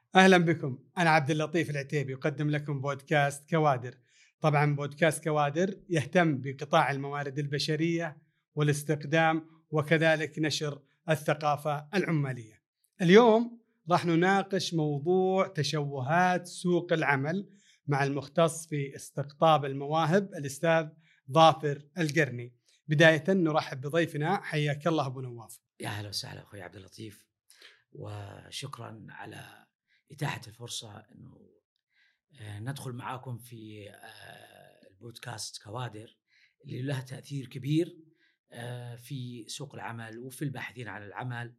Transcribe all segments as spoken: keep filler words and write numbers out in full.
أهلا بكم. أنا عبد اللطيف العتيبي أقدم لكم بودكاست كوادر. طبعا بودكاست كوادر يهتم بقطاع الموارد البشرية والاستقدام وكذلك نشر الثقافة العمالية. اليوم راح نناقش موضوع تشوهات سوق العمل مع المختص في استقطاب المواهب الأستاذ ظافر القرني. بداية نرحب بضيفنا، حياك الله أبو نواف. يا أهلا وسهلا أخوي عبد اللطيف، وشكرا على إتاحة الفرصة أنه آه، ندخل معاكم في آه، البودكاست كوادر اللي له تأثير كبير آه، في سوق العمل وفي الباحثين عن العمل.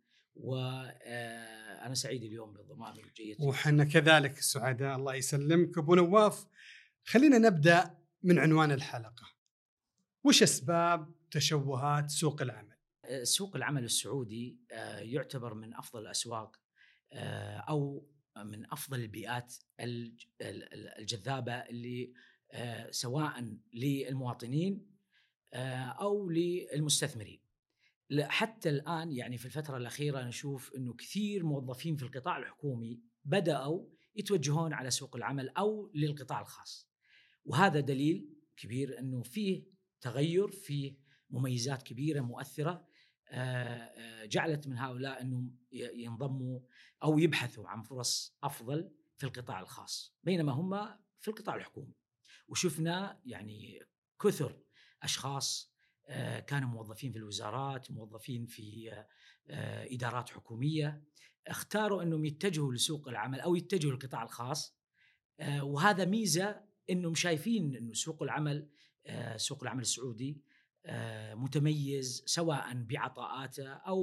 وأنا سعيد اليوم بانضمامي وجيت. وحنا كذلك السعداء، الله يسلمك أبو نواف. خلينا نبدأ من عنوان الحلقة. وش أسباب تشوهات سوق العمل؟ آه، سوق العمل السعودي آه، يعتبر من أفضل الأسواق آه، أو من أفضل البيئات الج- ال- ال- الجذابة اللي آه، سواء للمواطنين آه، أو للمستثمرين. لا، حتى الآن يعني في الفترة الأخيرة نشوف أنه كثير موظفين في القطاع الحكومي بدأوا يتوجهون على سوق العمل أو للقطاع الخاص، وهذا دليل كبير أنه فيه تغير، فيه مميزات كبيرة مؤثرة آه، آه، جعلت من هؤلاء أنهم ي- ينضموا أو يبحثوا عن فرص أفضل في القطاع الخاص بينما هم في القطاع الحكومي. وشفنا يعني كثر أشخاص آه، كانوا موظفين في الوزارات، موظفين في آه، إدارات حكومية، اختاروا أنهم يتجهوا لسوق العمل أو يتجهوا للقطاع الخاص. آه، وهذا ميزة أنهم شايفين أنه سوق العمل آه، سوق العمل السعودي آه، متميز سواء بعطاءاته أو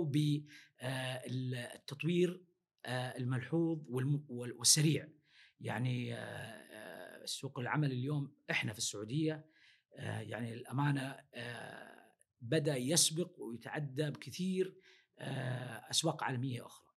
بالتطوير الملحوظ والم- والسريع. يعني آه، آه، سوق العمل اليوم إحنا في السعودية آه، يعني الأمانة آه، بدأ يسبق ويتعدى بكثير آه، أسواق عالمية أخرى.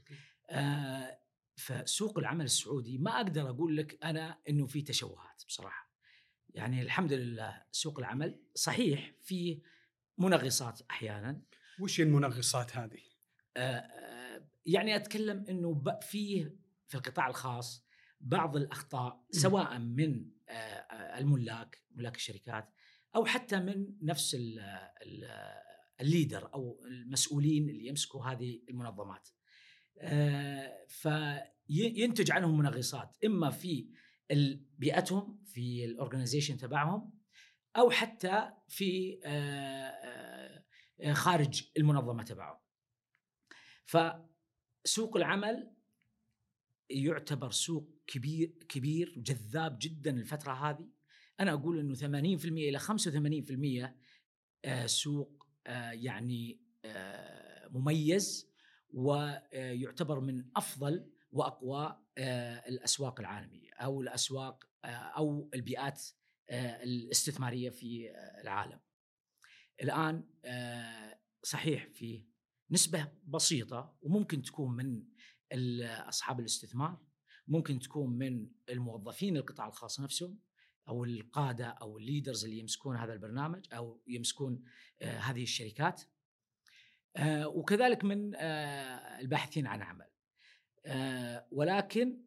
آه، فسوق العمل السعودي ما أقدر أقول لك أنا أنه في تشوهات بصراحة. يعني الحمد لله سوق العمل صحيح فيه منغصات أحيانا. وش المنغصات هذه؟ آه، آه، يعني أتكلم أنه ب- فيه في القطاع الخاص بعض الأخطاء سواء من آه، آه، الملاك ملاك الشركات أو حتى من نفس ال- ال- الليدر أو المسؤولين اللي يمسكوا هذه المنظمات. آه، فينتج عنهم منغصات إما في ال- بيئتهم في الأورجنايزيشن تبعهم أو حتى في آه، آه، خارج المنظمة تبعهم. فسوق العمل يعتبر سوق كبير كبير جذاب جدا الفترة هذه. أنا أقول أنه ثمانين بالمئة إلى خمسة وثمانين بالمئة آه، سوق آه، يعني آه، مميز ويعتبر من أفضل وأقوى آه، الأسواق العالمية أو الأسواق آه، أو البيئات آه، الاستثمارية في آه، العالم. الآن آه، صحيح في نسبة بسيطة وممكن تكون من أصحاب الاستثمار، ممكن تكون من الموظفين القطاع الخاص نفسهم أو القادة أو الليدرز اللي يمسكون هذا البرنامج أو يمسكون آه، هذه الشركات، آه، وكذلك من آه، الباحثين عن عمل. آه، ولكن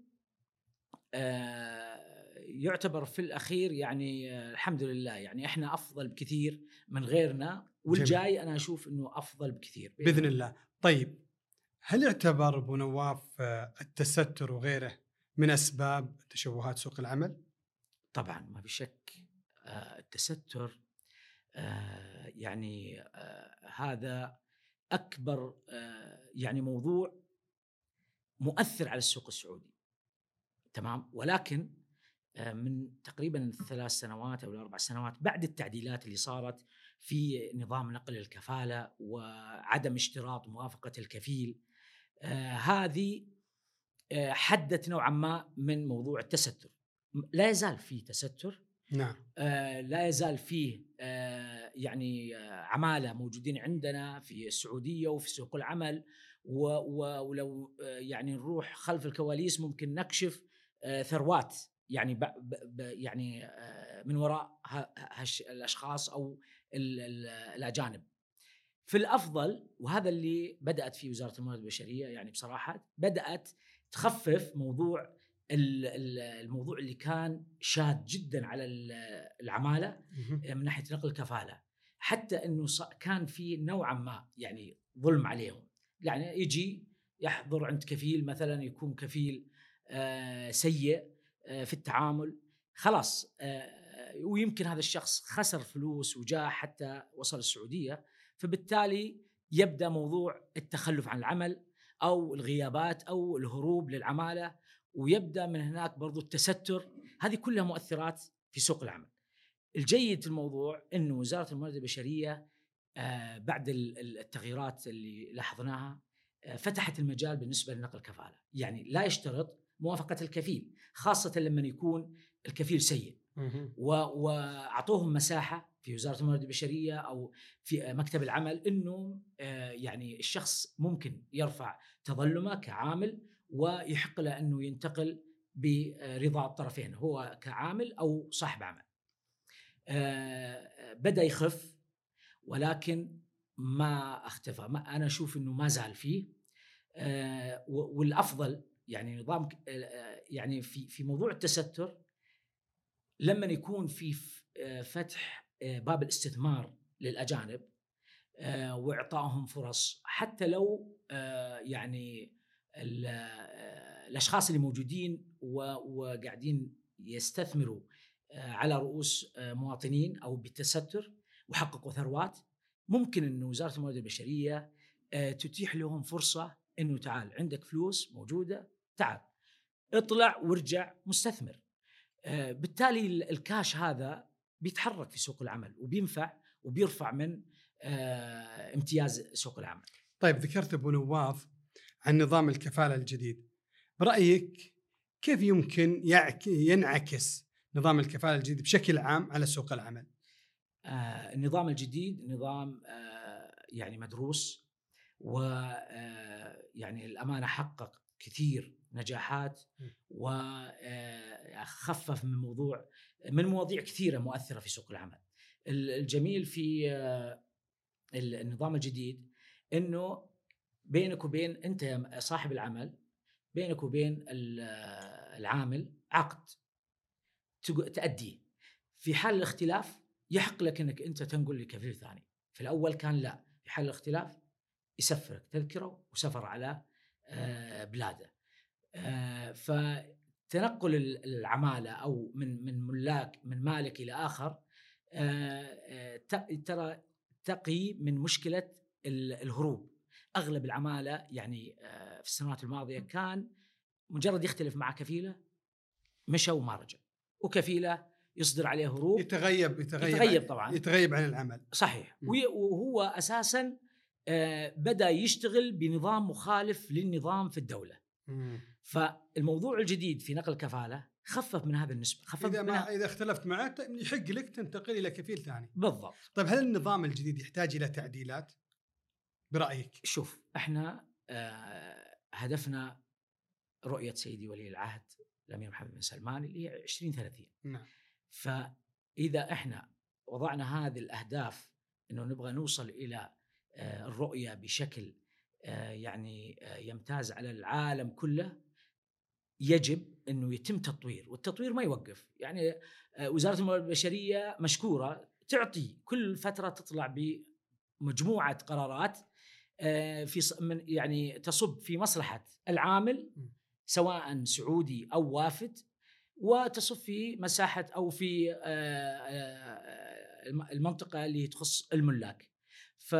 آه، يعتبر في الأخير يعني آه، الحمد لله يعني إحنا أفضل بكثير من غيرنا، جميل، والجاي أنا أشوف أنه أفضل بكثير بإذن الله. طيب، هل يعتبر أبو نواف آه، التستر وغيره من أسباب تشوهات سوق العمل؟ طبعا ما في شك. آه، التستر آه، يعني آه، هذا أكبر آه، يعني موضوع مؤثر على السوق السعودي، تمام. ولكن آه، من تقريبا ثلاث سنوات أو أربع سنوات بعد التعديلات اللي صارت في نظام نقل الكفالة وعدم اشتراط موافقة الكفيل، آه، هذه آه، حدت نوعا ما من موضوع التستر. لا يزال فيه تستر، نعم. آه، لا يزال فيه آه، يعني آه، عمالة موجودين عندنا في السعودية وفي سوق العمل، و- و- ولو آه، يعني نروح خلف الكواليس ممكن نكشف آه، ثروات يعني ب ب ب يعني آه، من وراء ه- هش الأشخاص أو ال- ال- الأجانب. في الأفضل وهذا اللي بدأت فيه وزارة الموارد البشرية، يعني بصراحة بدأت تخفف موضوع الموضوع اللي كان شاد جدا على العمالة من ناحية نقل الكفالة، حتى أنه كان في نوعا ما يعني ظلم عليهم. يعني يجي يحضر عند كفيل مثلا، يكون كفيل سيء في التعامل، خلاص ويمكن هذا الشخص خسر فلوس وجاء حتى وصل السعودية، فبالتالي يبدأ موضوع التخلف عن العمل أو الغيابات أو الهروب للعمالة، ويبدأ من هناك برضو التستر. هذه كلها مؤثرات في سوق العمل. الجيد في الموضوع أنه وزارة الموارد البشرية بعد التغييرات اللي لاحظناها فتحت المجال بالنسبة لنقل الكفالة. يعني لا يشترط موافقة الكفيل، خاصة لما يكون الكفيل سيء، وأعطوهم مساحة في وزارة الموارد البشرية أو في مكتب العمل أنه يعني الشخص ممكن يرفع تظلمه كعامل ويحق له أنه ينتقل برضا الطرفين، هو كعامل أو صاحب عمل. بدأ يخف ولكن ما اختفى. ما أنا أشوف أنه ما زال فيه، والأفضل يعني نظام يعني في في موضوع التستر لما يكون في فتح باب الاستثمار للأجانب وإعطائهم فرص، حتى لو يعني الأشخاص اللي موجودين وقاعدين يستثمروا على رؤوس مواطنين أو بالتستر وحققوا ثروات، ممكن أن وزارة الموارد البشرية تتيح لهم فرصة أنه تعال عندك فلوس موجودة، تعال اطلع وارجع مستثمر. بالتالي الكاش هذا بيتحرك في سوق العمل وبينفع وبيرفع من امتياز سوق العمل. طيب، ذكرت أبو نواف عن نظام الكفالة الجديد، برأيك كيف يمكن ينعكس نظام الكفالة الجديد بشكل عام على سوق العمل؟ آه النظام الجديد نظام آه يعني مدروس، ويعني الأمانة حقق كثير نجاحات وخفف من موضوع من مواضيع كثيرة مؤثرة في سوق العمل. الجميل في النظام الجديد أنه بينك وبين أنت يا صاحب العمل، بينك وبين العامل عقد تأديه. في حال الاختلاف يحق لك أنك أنت تنقل لكفيل ثاني. في الأول كان لا، في حال الاختلاف يسفرك تذكره وسفر على بلاده. فتنقل العمالة أو من من ملاك من مالك إلى آخر ترى تقي من مشكلة الهروب. أغلب العمالة يعني في السنوات الماضية كان مجرد يختلف مع كفيلة مشى وما رجع، وكفيلة يصدر عليه هروب، يتغيب يتغيب, يتغيب طبعا يتغيب عن العمل. صحيح. م. وهو أساسا بدأ يشتغل بنظام مخالف للنظام في الدولة. م. فالموضوع الجديد في نقل الكفالة خفف من هذه النسبة. خفف إذا, منها. ما إذا اختلفت معه يحق لك تنتقل إلى كفيل ثاني. بالضبط. طيب، هل النظام الجديد يحتاج إلى تعديلات برأيك؟ شوف، احنا آه هدفنا رؤية سيدي ولي العهد الأمير محمد بن سلمان اللي هي عشرين ثلاثين. نعم. فإذا احنا وضعنا هذه الأهداف إنه نبغى نوصل إلى آه الرؤية بشكل آه يعني آه يمتاز على العالم كله، يجب إنه يتم تطوير، والتطوير ما يوقف. يعني آه وزارة الموارد البشرية مشكورة تعطي كل فترة تطلع بمجموعة قرارات في من يعني تصب في مصلحة العامل سواء سعودي أو وافد، وتصب في مساحة أو في المنطقة اللي تخص الملاك. ف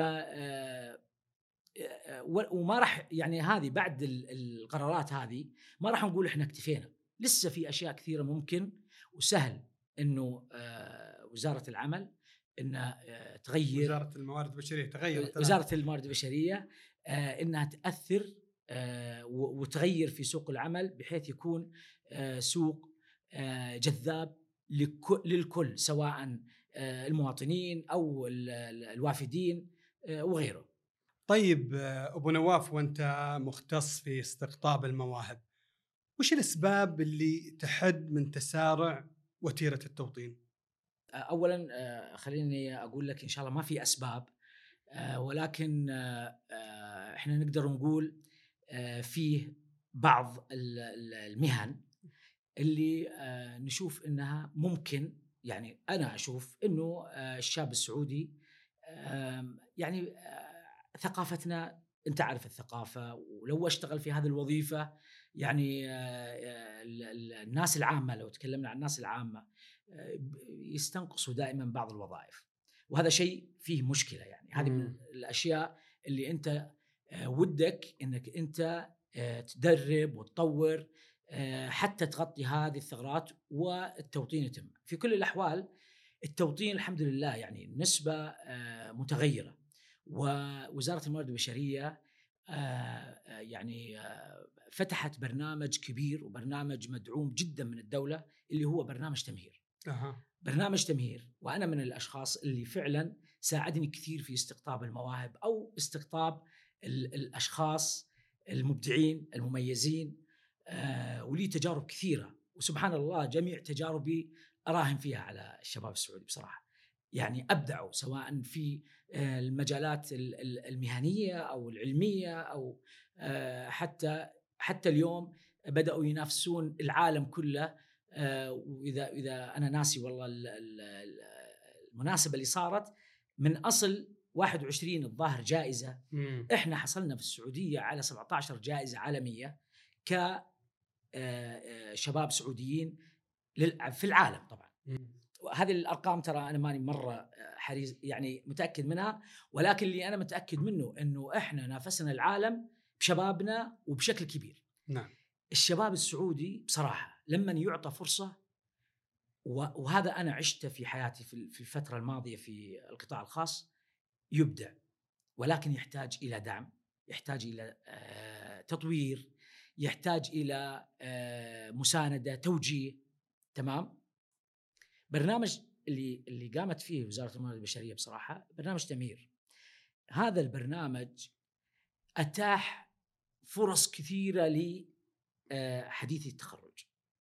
وما راح يعني هذه بعد القرارات هذه ما راح نقول إحنا اكتفينا، لسه في أشياء كثيرة ممكن وسهل إنه وزارة العمل إنها تغير. وزارة الموارد البشرية تغيرت. وزارة الموارد البشرية إنها تأثر وتغير في سوق العمل بحيث يكون سوق جذاب للكل، سواء المواطنين أو الوافدين وغيره. طيب أبو نواف، وأنت مختص في استقطاب المواهب، وش الأسباب اللي تحد من تسارع وتيرة التوطين؟ أولاً خليني أقول لك إن شاء الله ما في أسباب، ولكن إحنا نقدر نقول فيه بعض المهن اللي نشوف انها ممكن، يعني انا اشوف انه الشاب السعودي يعني ثقافتنا، انت عارف الثقافه، ولو اشتغل في هذه الوظيفه يعني الناس العامه، لو تكلمنا عن الناس العامه يستنقصوا دائما بعض الوظائف، وهذا شيء فيه مشكله. يعني هذه من الاشياء اللي انت ودك انك انت تدرب وتطور حتى تغطي هذه الثغرات والتوطين يتم. في كل الأحوال التوطين الحمد لله يعني نسبة متغيرة، ووزارة الموارد البشرية يعني فتحت برنامج كبير وبرنامج مدعوم جدا من الدولة اللي هو برنامج تمهير. أه. برنامج تمهير، وأنا من الأشخاص اللي فعلا ساعدني كثير في استقطاب المواهب أو استقطاب الأشخاص المبدعين المميزين، آه ولي تجارب كثيرة، وسبحان الله جميع تجاربي أراهن فيها على الشباب السعودي بصراحة. يعني أبدعوا سواء في آه المجالات المهنية أو العلمية أو آه حتى حتى اليوم بدأوا ينافسون العالم كله. آه وإذا إذا أنا ناسي والله المناسبة اللي صارت من أصل واحد وعشرين الظاهر جائزة، مم. إحنا حصلنا في السعودية على سبعة عشر جائزة عالمية كشباب سعوديين في العالم طبعا. هذه الأرقام ترى أنا ماني مرة حريص يعني متأكد منها، ولكن اللي أنا متأكد منه أنه إحنا نافسنا العالم بشبابنا وبشكل كبير. نعم. الشباب السعودي بصراحة لما يعطى فرصة، وهذا أنا عشته في حياتي في الفترة الماضية في القطاع الخاص، يبدع، ولكن يحتاج إلى دعم، يحتاج إلى تطوير، يحتاج إلى مساندة، توجيه. تمام. برنامج اللي اللي قامت فيه وزارة الموارد البشرية بصراحة برنامج تمهير. هذا البرنامج أتاح فرص كثيرة لحديثي التخرج.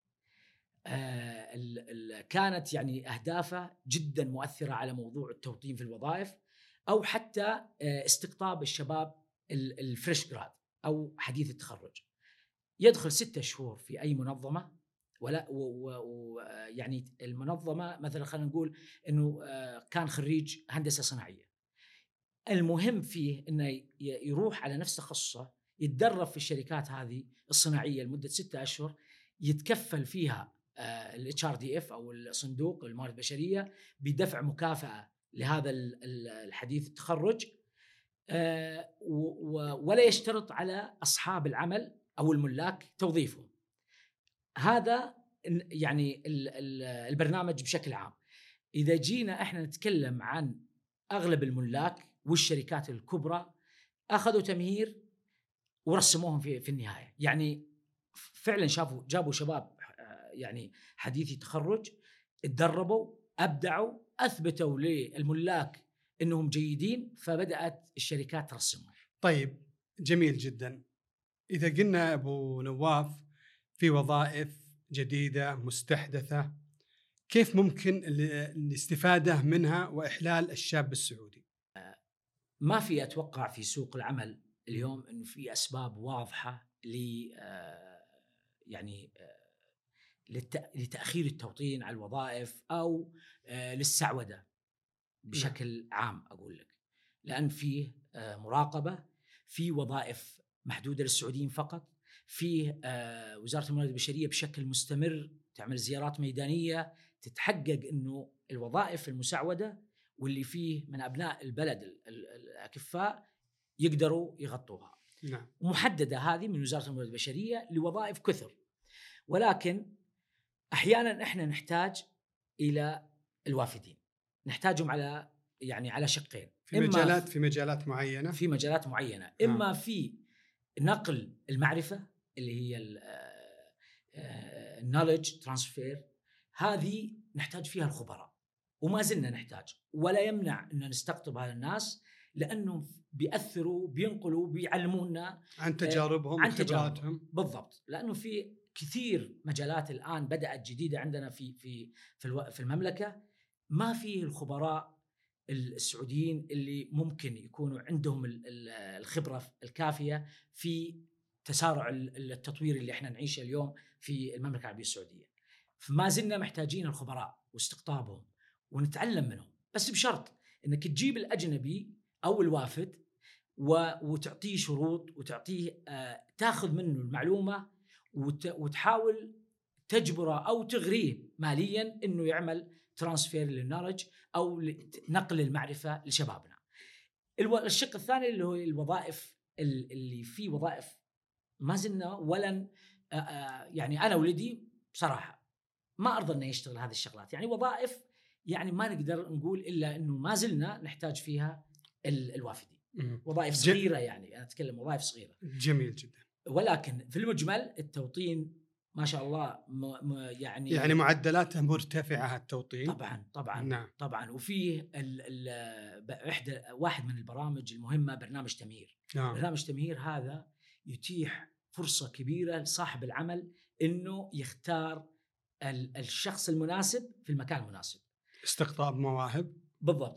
كانت يعني أهدافه جدا مؤثرة على موضوع التوطين في الوظائف، أو حتى استقطاب الشباب الفريش جراد أو حديث التخرج. يدخل ستة شهور في أي منظمة، ولا ويعني المنظمة مثلا خلينا نقول إنه كان خريج هندسة صناعية، المهم فيه إنه يروح على نفس تخصصه، يتدرب في الشركات هذه الصناعية لمدة ستة أشهر، يتكفل فيها الاتش ار دي اف او الصندوق الموارد البشريه بدفع مكافاه لهذا الحديث التخرج، ولا يشترط على اصحاب العمل او الملاك توظيفهم. هذا يعني البرنامج بشكل عام. اذا جينا احنا نتكلم عن اغلب الملاك والشركات الكبرى، اخذوا تمهير ورسموهم في في النهايه، يعني فعلا شافوا جابوا شباب يعني حديثي تخرج، اتدربوا، أبدعوا، أثبتوا للملاك أنهم جيدين، فبدأت الشركات ترسمهم. طيب جميل جدا. إذا قلنا أبو نواف في وظائف جديدة مستحدثة، كيف ممكن الاستفادة منها وإحلال الشاب السعودي؟ ما في أتوقع في سوق العمل اليوم أنه في أسباب واضحة ل يعني لتأخير التوطين على الوظائف أو للسعودة بشكل عام. أقول لك لأن فيه مراقبة، في وظائف محدودة للسعوديين فقط، فيه وزارة الموارد البشرية بشكل مستمر تعمل زيارات ميدانية تتحقق أنه الوظائف المسعودة واللي فيه من أبناء البلد الأكفاء يقدروا يغطوها. نعم. ومحددة هذه من وزارة الموارد البشرية لوظائف كثر، ولكن أحيانا إحنا نحتاج إلى الوافدين، نحتاجهم على يعني على شقين، في مجالات في مجالات معينة في مجالات معينة إما آه. في نقل المعرفة اللي هي النوليدج ترانسفير، هذه نحتاج فيها الخبراء وما زلنا نحتاج، ولا يمنع أن نستقطب هذا الناس لأنهم بيأثروا بينقلوا بيعلمونا عن تجاربهم عن تجاربهم. بالضبط. لأنه في كثير مجالات الآن بدأت جديدة عندنا في في في, في المملكة ما فيه الخبراء السعوديين اللي ممكن يكونوا عندهم الخبرة الكافية في تسارع التطوير اللي احنا نعيشه اليوم في المملكه العربيه السعوديه. فما زلنا محتاجين الخبراء واستقطابهم ونتعلم منهم، بس بشرط انك تجيب الاجنبي او الوافد وتعطيه شروط وتعطيه آه تاخذ منه المعلومه وتحاول تجبره او تغريه ماليا انه يعمل ترانسفير للنولج او نقل المعرفه لشبابنا. الشق الثاني اللي هو الوظائف، اللي فيه وظائف ما زلنا ولن آه آه يعني انا ولدي بصراحه ما ارضى انه يشتغل هذه الشغلات، يعني وظائف يعني ما نقدر نقول الا انه ما زلنا نحتاج فيها الوافدين. وظائف صغيره، يعني انا اتكلم وظائف صغيره. جميل جدا. ولكن في المجمل التوطين ما شاء الله م م يعني يعني معدلاتها مرتفعه التوطين. طبعا طبعا نعم. طبعا. وفيه احدى واحد من البرامج المهمه برنامج تمهير. نعم. برنامج تمهير هذا يتيح فرصه كبيره لصاحب العمل انه يختار الشخص المناسب في المكان المناسب. استقطاب مواهب. بالضبط.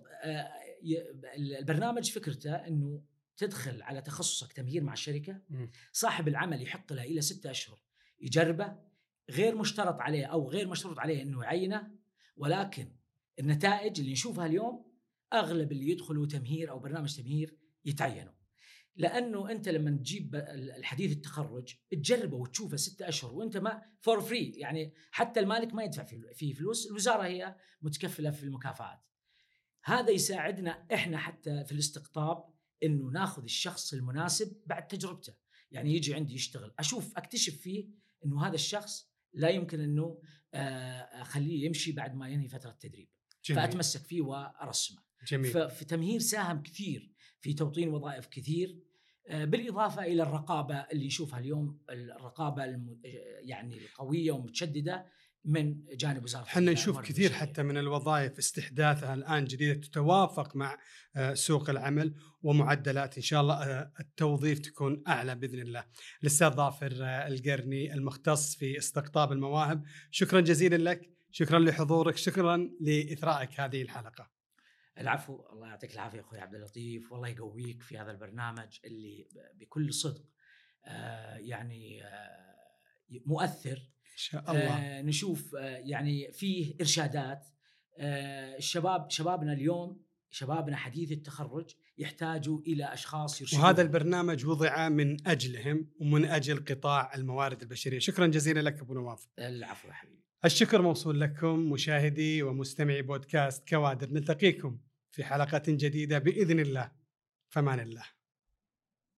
البرنامج فكرته انه تدخل على تخصصك تمهير مع الشركه، صاحب العمل يحق له الى ستة اشهر يجربه، غير مشترط عليه او غير مشروط عليه انه يعينه، ولكن النتائج اللي نشوفها اليوم اغلب اللي يدخلوا تمهير او برنامج تمهير يتعينوا. لانه انت لما تجيب الحديث التخرج تجربه وتشوفه ستة اشهر وانت ما فور فري، يعني حتى المالك ما يدفع فيه فلوس، الوزاره هي متكفله في المكافآت. هذا يساعدنا احنا حتى في الاستقطاب انه ناخذ الشخص المناسب بعد تجربته. يعني يجي عندي يشتغل، اشوف اكتشف فيه انه هذا الشخص لا يمكن انه اخليه يمشي بعد ما ينهي فتره التدريب. جميل. فاتمسك فيه وارسمه. جميل. ففي تمهير ساهم كثير في توطين وظائف كثير، بالاضافه الى الرقابه اللي نشوفها اليوم، الرقابه الم... يعني القويه ومتشدده من جانب وزاره. احنا نشوف كثير حتى من الوظائف استحداثها الان جديده تتوافق مع سوق العمل ومعدلات ان شاء الله التوظيف تكون اعلى باذن الله. الاستاذ ظافر القرني المختص في استقطاب المواهب، شكرا جزيلا لك، شكرا لحضورك، شكرا لاثرائك هذه الحلقه. العفو، الله يعطيك العافيه اخوي عبد اللطيف، والله يقويك في هذا البرنامج اللي بكل صدق آه يعني آه مؤثر إن شاء الله. آه نشوف آه يعني فيه إرشادات. آه الشباب شبابنا اليوم، شبابنا حديث التخرج يحتاجوا إلى أشخاص يرشدون. وهذا البرنامج وضع من أجلهم ومن أجل قطاع الموارد البشرية. شكرا جزيلا لك أبو نواف. العفو يا حبيبي. الشكر موصول لكم مشاهدي ومستمعي بودكاست كوادر. نلتقيكم في حلقة جديدة بإذن الله. فمان الله.